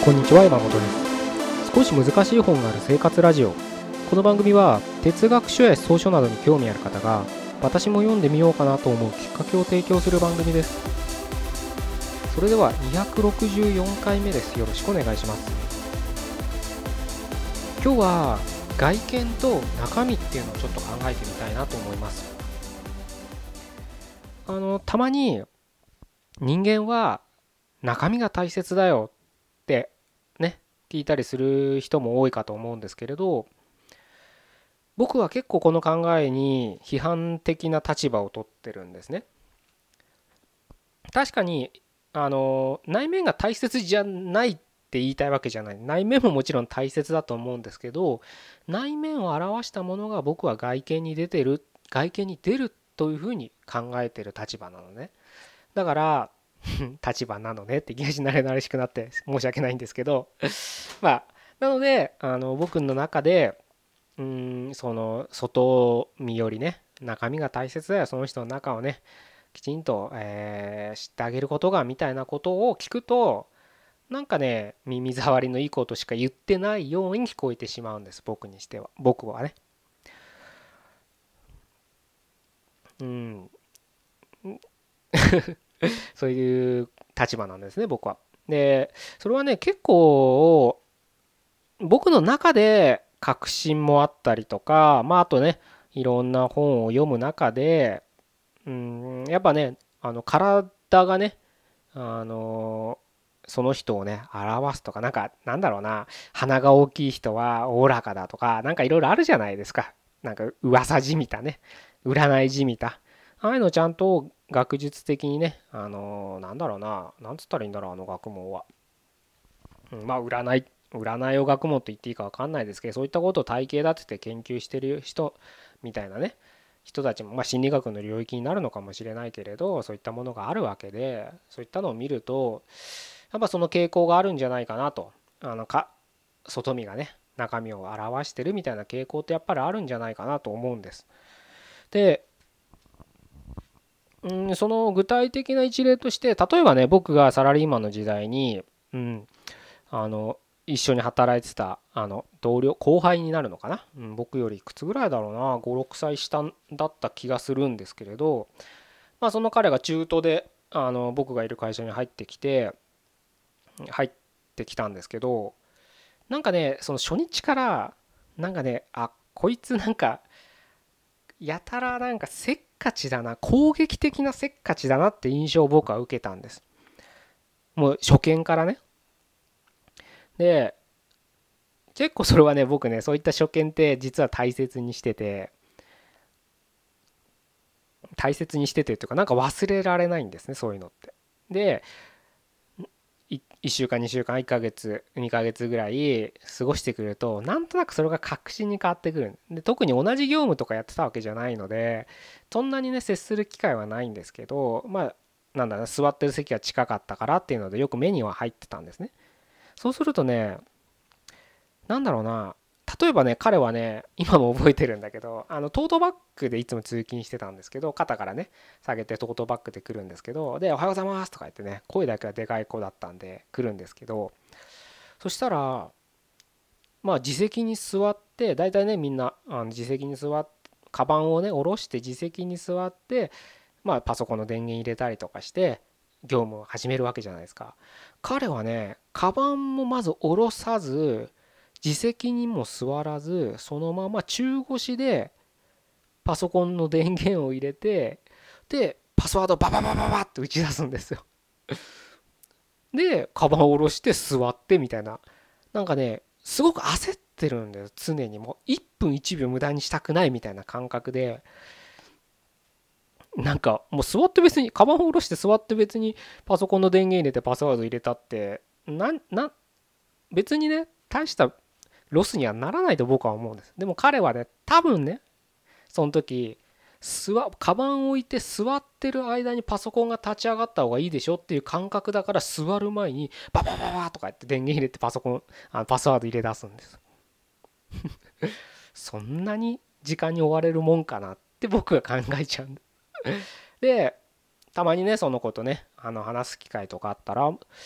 こんにちは、山本です。少し難しい本がある生活ラジオ。この番組は哲学書や草書などに興味ある方が、私も読んでみようかなと思うきっかけを提供する番組です。それでは264回目です。よろしくお願いします。今日は外見と中身っていうのをちょっと考えてみたいなと思います。たまに人間は中身が大切だよってね、聞いたりする人も多いかと思うんですけれど、僕は結構この考えに批判的な立場を取ってるんですね。確かに内面が大切じゃないって言いたいわけじゃない。内面ももちろん大切だと思うんですけど、内面を表したものが僕は外見に出るというふうに考えてる立場なのね。だから立場なのねっていきなり慣れ慣れしくなって申し訳ないんですけどまあなので僕の中でその外見よりね中身が大切だよ、その人の中をねきちんと、知ってあげることがみたいなことを聞くと、なんかね耳障りのいいことしか言ってないように聞こえてしまうんです。僕はね。うんそういう立場なんですね、僕は。でそれはね結構僕の中で確信もあったりとか、あとねいろんな本を読む中で、やっぱね体がねあのその人をね表すとか、なんだろうな、鼻が大きい人はおおらかだとか、なんかいろいろあるじゃないですか。なんか噂じみたね、占いじみた、ああいうのちゃんと学術的にね、なんだろうな、なんつったらいいんだろう、あの学問は。占いを学問と言っていいか分かんないですけど、そういったことを体系立てて研究してる人みたいなね人たちも、心理学の領域になるのかもしれないけれど、そういったものがあるわけで、そういったのを見るとやっぱその傾向があるんじゃないかなと。外見がね中身を表してるみたいな傾向ってやっぱりあるんじゃないかなと思うんです。で、その具体的な一例として、例えばね僕がサラリーマンの時代に、あの一緒に働いてた同僚後輩になるのかな、僕よりいくつぐらいだろうな、56歳下だった気がするんですけれど、その彼が中途で僕がいる会社に入ってきたんですけど、なんかねその初日からなんかね、こいつなんかやたらなんかせっかちだな、攻撃的なせっかちだなって印象を僕は受けたんです。もう初見からね。で結構それはね僕ねそういった初見って実は大切にしててっていうか、なんか忘れられないんですね、そういうのって。で1週間2週間1ヶ月2ヶ月ぐらい過ごしてくると、なんとなくそれが確信に変わってくる。で特に同じ業務とかやってたわけじゃないのでそんなにね接する機会はないんですけど、なんだろう、座ってる席が近かったからっていうのでよく目には入ってたんですね。そうするとね、なんだろうな、例えばね彼はね今も覚えてるんだけど、トートバッグでいつも通勤してたんですけど、肩からね下げてトートバッグで来るんですけど、で「おはようございます」とか言ってね、声だけはでかい子だったんで来るんですけど、そしたら自席に座って、大体ねみんな自席に座ってカバンをね下ろして自席に座って、パソコンの電源入れたりとかして業務を始めるわけじゃないですか。彼はねカバンもまず下ろさず、自席にも座らず、そのまま中腰でパソコンの電源を入れて、でパスワードバババババって打ち出すんですよ。でカバンを下ろして座ってみたいな、なんかねすごく焦ってるんだよ、常に。もう1分1秒無駄にしたくないみたいな感覚で、なんかもう座って別にカバンを下ろして座って別にパソコンの電源入れてパスワード入れたって別にね大したロスにはならないと僕は思うんです。でも彼はね多分ねその時カバンを置いて座ってる間にパソコンが立ち上がった方がいいでしょっていう感覚だから、座る前にババババとか言って電源入れてパスワード入れ出すんです。そんなに時間に追われるもんかなって僕は考えちゃうんで、たまにねそのことね話す機会とかあったら、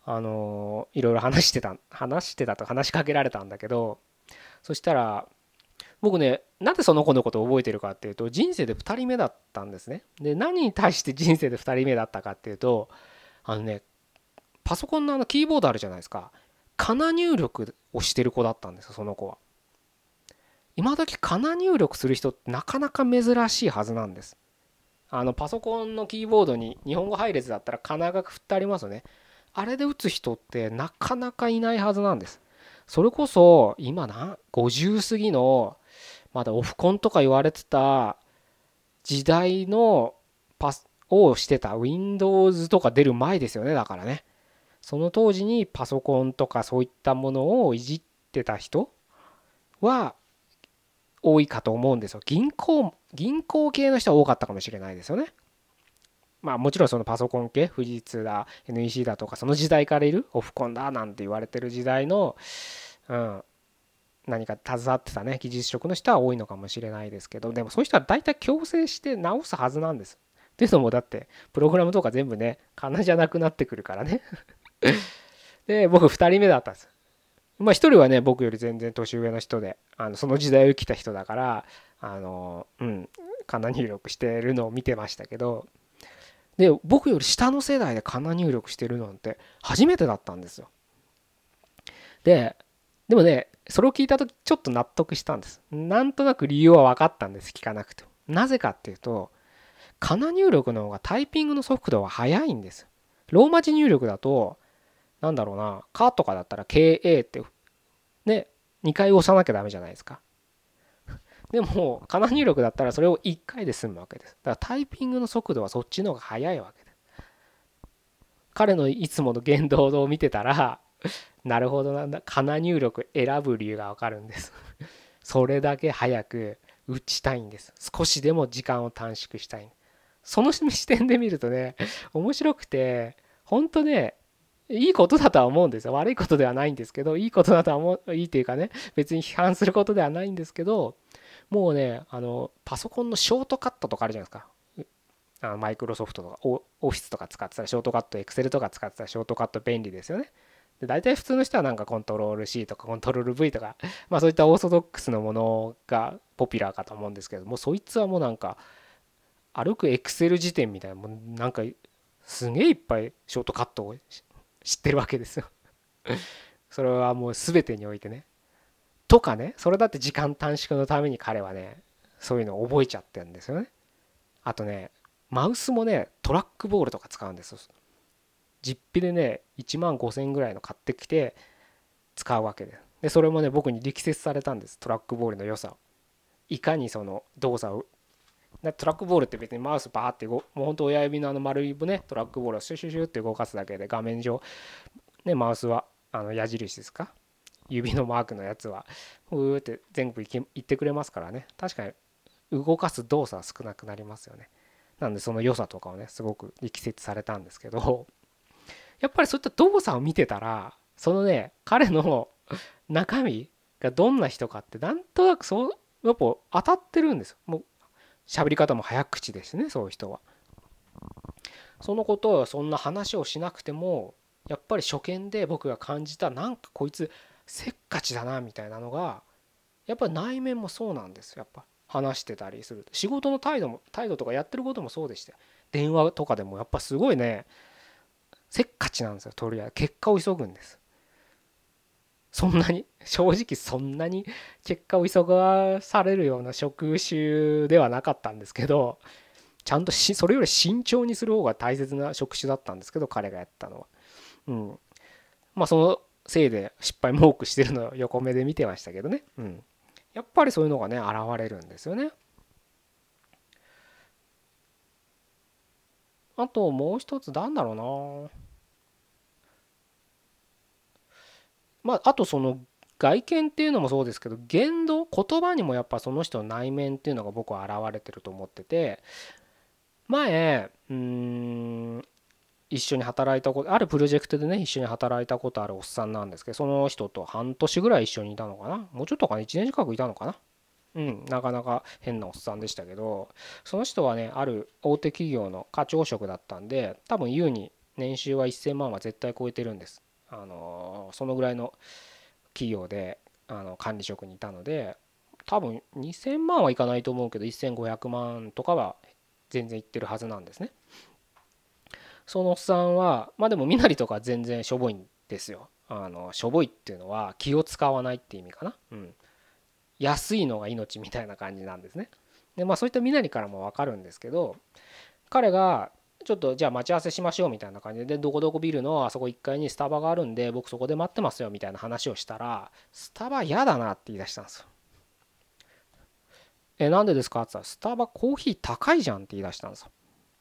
いろいろ話してたと話しかけられたんだけど、そしたら僕ね、なんでその子のことを覚えてるかっていうと、人生で2人目だったんですね。で、何に対して人生で2人目だったかっていうと、あのね、パソコンのキーボードあるじゃないですか。かな入力をしてる子だったんですよ、その子は。今時かな入力する人ってなかなか珍しいはずなんです。パソコンのキーボードに日本語配列だったらかなが振ってありますよね。あれで打つ人ってなかなかいないはずなんです。それこそ今50過ぎのまだオフコンとか言われてた時代のをしてた Windows とか出る前ですよね。だからね、その当時にパソコンとかそういったものをいじってた人は多いかと思うんですよ。銀行系の人は多かったかもしれないですよね。まあもちろんそのパソコン系、富士通だ、NEC だとか、その時代からいるオフコンだなんて言われてる時代の、うん、何か携わってたね、技術職の人は多いのかもしれないですけど、でもそういう人は大体強制して直すはずなんです。っていうのもだって、プログラムとか全部ね、カナじゃなくなってくるからね。で、僕2人目だったんです。まあ1人はね、僕より全然年上の人で、その時代を生きた人だから、カナ入力してるのを見てましたけど、で、僕より下の世代でカナ入力してるのって初めてだったんですよ。で、でもね、それを聞いたときちょっと納得したんです。なんとなく理由は分かったんです、聞かなくても。なぜかっていうと、カナ入力の方がタイピングの速度は速いんです。ローマ字入力だと、なんだろうな、カとかだったら KA ってね、2回押さなきゃダメじゃないですか。でも、カナ入力だったらそれを1回で済むわけです。だからタイピングの速度はそっちの方が速いわけです。彼のいつもの言動を見てたら、なるほどなんだ、カナ入力選ぶ理由がわかるんです。それだけ早く打ちたいんです。少しでも時間を短縮したい。その視点で見るとね、面白くて、本当ね、いいことだとは思うんですよ。悪いことではないんですけど、いいことだとはいいというかね、別に批判することではないんですけど、もうね、パソコンのショートカットとかあるじゃないですか。マイクロソフトとかオフィスとか使ってたらショートカット、エクセルとか使ってたらショートカット便利ですよね。で大体普通の人はなんかコントロール C とかコントロール V とか、まあそういったオーソドックスのものがポピュラーかと思うんですけども、そいつはもうなんか歩くエクセル辞典みたいな、もうなんかすげえいっぱいショートカットを知ってるわけですよ。それはもう全てにおいてね。とかね、それだって時間短縮のために彼はね、そういうのを覚えちゃってるんですよね。あとね、マウスもね、トラックボールとか使うんですよ。実費でね、1万5,000円ぐらいの買ってきて使うわけです。で、それもね、僕に力説されたんです。トラックボールの良さを。いかにその動作を。トラックボールって別にマウスバーってもうほんと親指の丸いね、トラックボールをシュシュシュって動かすだけで画面上、ね、マウスは矢印ですか、指のマークのやつはふーって全部いってくれますからね。確かに動かす動作は少なくなりますよね。なんでその良さとかをね、すごく力説されたんですけど、やっぱりそういった動作を見てたら、そのね、彼の中身がどんな人かってなんとなくそうやっぱ当たってるんですよ。もう喋り方も早口ですね、そういう人は。そのことをそんな話をしなくても、やっぱり初見で僕が感じた、なんかこいつせっかちだなみたいなのが、やっぱり内面もそうなんですよ。やっぱ話してたりすると、仕事の態度とかやってることもそうでして、電話とかでもやっぱすごいね、せっかちなんですよ。とりあえず結果を急ぐんです。そんなに正直そんなに結果を急がされるような職種ではなかったんですけど、ちゃんとそれより慎重にする方が大切な職種だったんですけど、彼がやったのは。うん。まあそのせいで失敗も多くしてるのを横目で見てましたけどね。うん。やっぱりそういうのがね、現れるんですよね。あともう一つなんだろうな。まああとその外見っていうのもそうですけど、言葉にもやっぱその人の内面っていうのが僕は現れてると思ってて、前一緒に働いたことあるプロジェクトでね、一緒に働いたことあるおっさんなんですけど、その人と半年ぐらい一緒にいたのかな、もうちょっとかな、1年近くいたのかな。うん、なかなか変なおっさんでしたけど、その人はね、ある大手企業の課長職だったんで、多分優に年収は1000万は絶対超えてるんです。そのぐらいの企業で管理職にいたので、多分2000万はいかないと思うけど1500万とかは全然いってるはずなんですね。そのおっさんはまあでも身なりとか全然しょぼいんですよ。しょぼいっていうのは気を使わないっていう意味かな。安いのが命みたいな感じなんですね。でまあそういった身なりからも分かるんですけど、彼がちょっとじゃあ待ち合わせしましょうみたいな感じで、どこどこビルのあそこ1階にスタバがあるんで僕そこで待ってますよみたいな話をしたら、スタバ嫌だなって言い出したんですよ。なんでですかって言ったら、スタバコーヒー高いじゃんって言い出したんですよ。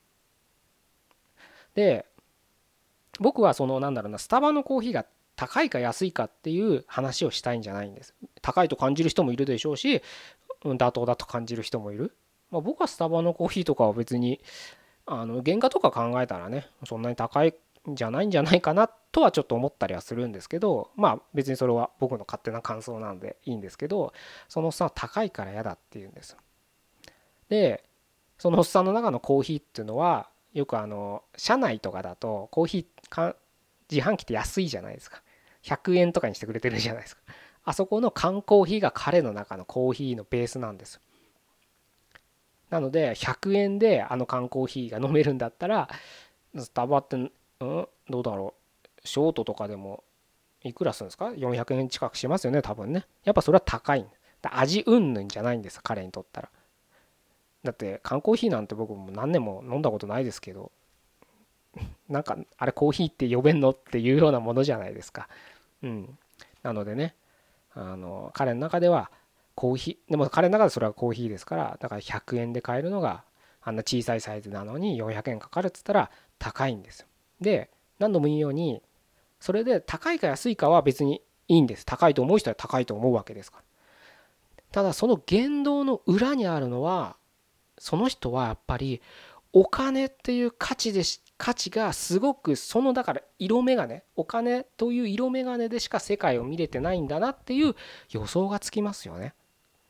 で僕はそのなんだろうな、スタバのコーヒーが高いか安いかっていう話をしたいんじゃないんです。高いと感じる人もいるでしょうし、妥当だと感じる人もいる。僕はスタバのコーヒーとかは別に原価とか考えたらねそんなに高いんじゃないんじゃないかなとはちょっと思ったりはするんですけど、まあ別にそれは僕の勝手な感想なんでいいんですけど、そのさ高いから嫌だって言うんです。でそのおっさんの中のコーヒーっていうのはよく社内とかだとコーヒー自販機って安いじゃないですか。100円とかにしてくれてるじゃないですか。あそこの缶コーヒーが彼の中のコーヒーのベースなんです。なので100円で缶コーヒーが飲めるんだったら、スタバって、どうだろう、ショートとかでもいくらするんですか？ 400 円近くしますよね多分ね。やっぱそれは高い。味うんぬんじゃないんです彼にとったら。だって缶コーヒーなんて僕も何年も飲んだことないですけど、なんかあれコーヒーって呼べんのっていうようなものじゃないですか。なのでね、彼の中ではコーヒーでも彼の中でそれはコーヒーですから、だから100円で買えるのがあんな小さいサイズなのに400円かかるっつったら高いんですよ。で何度も言うように、それで高いか安いかは別にいいんです。高いと思う人は高いと思うわけですから。ただその言動の裏にあるのは、その人はやっぱりお金っていう価値がすごく、そのだから色眼鏡、お金という色眼鏡でしか世界を見れてないんだなっていう予想がつきますよね。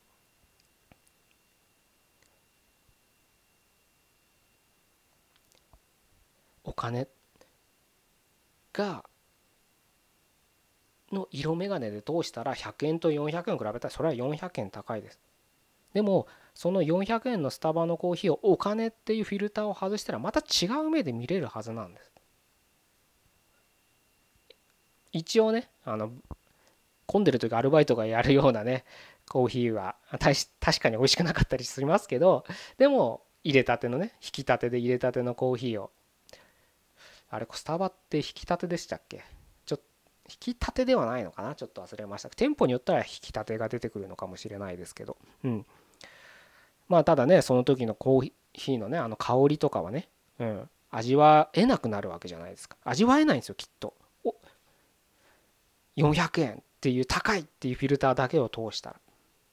お金がの色眼鏡で通したら100円と400円を比べたらそれは400円高いです。でもその400円のスタバのコーヒーをお金っていうフィルターを外したらまた違う目で見れるはずなんです。一応ね、混んでる時アルバイトがやるようなねコーヒーは確かに美味しくなかったりしますけど、でも入れたてのね、引き立てで入れたてのコーヒーを、あれスタバって引き立てでしたっけ？ちょっと引き立てではないのかな、ちょっと忘れました。店舗によったら引き立てが出てくるのかもしれないですけど、まあただね、その時のコーヒーのね香りとかはね、味わえなくなるわけじゃないですか。味わえないんですよきっと。400円っていう高いっていうフィルターだけを通したら。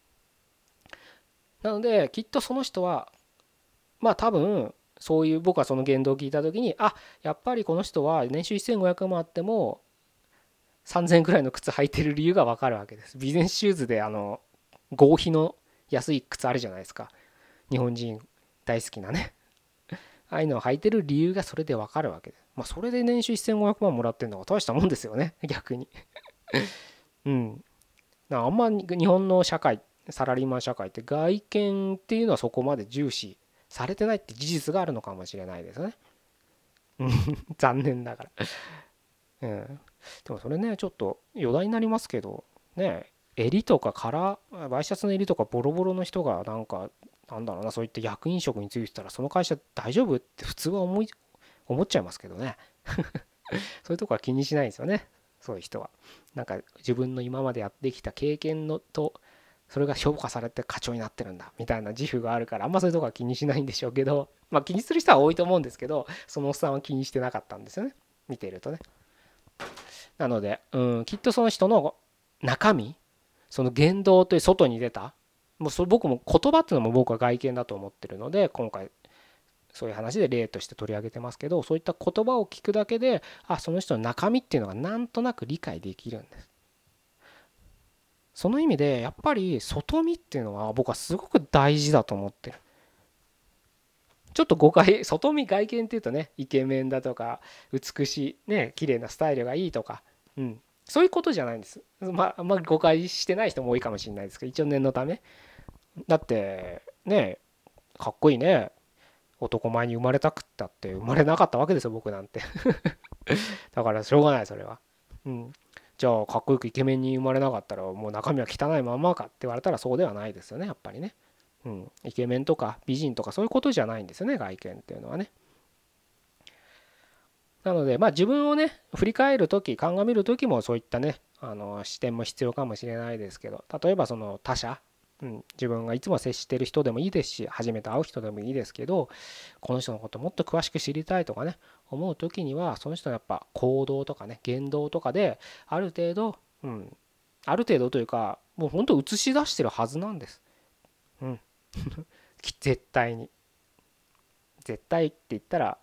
なのできっとその人はまあ多分そういう、僕はその言動を聞いた時に、やっぱりこの人は年収1500万あっても3000円くらいの靴履いてる理由が分かるわけです。ビジネスシューズで合皮の安い靴あるじゃないですか、日本人大好きなね。ああいうのを履いてる理由がそれで分かるわけです。まあそれで年収1500万もらってるのが大したもんですよね逆に。うんあんまり日本の社会、サラリーマン社会って外見っていうのはそこまで重視されてないって事実があるのかもしれないですね。残念ながら。でもそれねちょっと余談になりますけどね、襟とかワイシャツの襟とかボロボロの人がなんかなんだろうな、そういった役員職に就いてたらその会社大丈夫って普通は思っちゃいますけどね。そういうとこは気にしないんですよね、そういう人は。なんか自分の今までやってきた経験のとそれが評価されて課長になってるんだみたいな自負があるから、あんまそういうとこは気にしないんでしょうけど、まあ気にする人は多いと思うんですけど、そのおっさんは気にしてなかったんですよね、見ているとね。なので、きっとその人の中身、その言動という外に出た、もうそれ僕も言葉っていうのも僕は外見だと思ってるので、今回そういう話で例として取り上げてますけど、そういった言葉を聞くだけでその人の中身っていうのがなんとなく理解できるんです。その意味でやっぱり外見っていうのは僕はすごく大事だと思ってる。 ちょっと誤解、外見外見っていうとね、イケメンだとか美しいね、綺麗なスタイルがいいとか、そういうことじゃないんです。あんま誤解してない人も多いかもしれないですけど、一応念のため。だってね、かっこいいね、男前に生まれたくったって生まれなかったわけですよ、僕なんて。だからしょうがない、それは。うん。じゃあ、かっこよくイケメンに生まれなかったら、もう中身は汚いままかって言われたらそうではないですよね、やっぱりね。イケメンとか美人とかそういうことじゃないんですよね、外見っていうのはね。なので、まあ自分をね、振り返るとき、鑑みるときもそういったね、視点も必要かもしれないですけど、例えばその他者、自分がいつも接してる人でもいいですし、初めて会う人でもいいですけど、この人のこともっと詳しく知りたいとかね、思うときには、その人のやっぱ行動とかね、言動とかで、ある程度、ある程度というか、もう本当映し出してるはずなんです。うん。絶対に。絶対って言ったら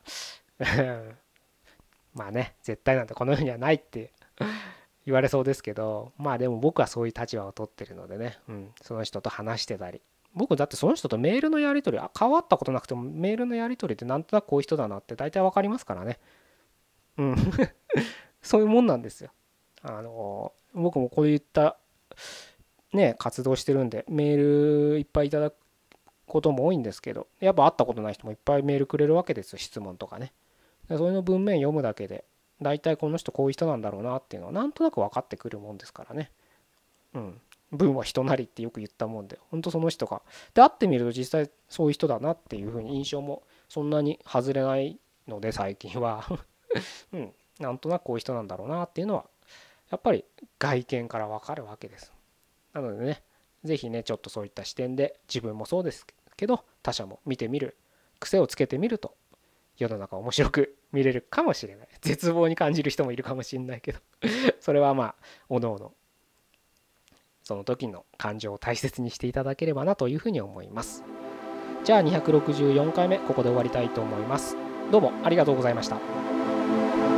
まあね、絶対なんてこの世にはないって言われそうですけど、まあでも僕はそういう立場を取ってるのでね、その人と話してたり、僕だってその人とメールのやり取り、変わったことなくてもメールのやり取りってなんとなくこういう人だなって大体わかりますからね。うん。そういうもんなんですよ。僕もこういったね、活動してるんで、メールいっぱいいただくことも多いんですけど、やっぱ会ったことない人もいっぱいメールくれるわけですよ、質問とかね。でそれの文面読むだけで、大体この人こういう人なんだろうなっていうのはなんとなく分かってくるもんですからね。うん。文は人なりってよく言ったもんで、本当その人が。で、会ってみると実際そういう人だなっていうふうに印象もそんなに外れないので、最近はなんとなくこういう人なんだろうなっていうのは、やっぱり外見から分かるわけです。なのでね、ぜひね、ちょっとそういった視点で自分もそうですけど、他者も見てみる癖をつけてみると、世の中面白く見れるかもしれない。絶望に感じる人もいるかもしれないけどそれはまあおのおのその時の感情を大切にしていただければなというふうに思います。じゃあ264回目ここで終わりたいと思います。どうもありがとうございました。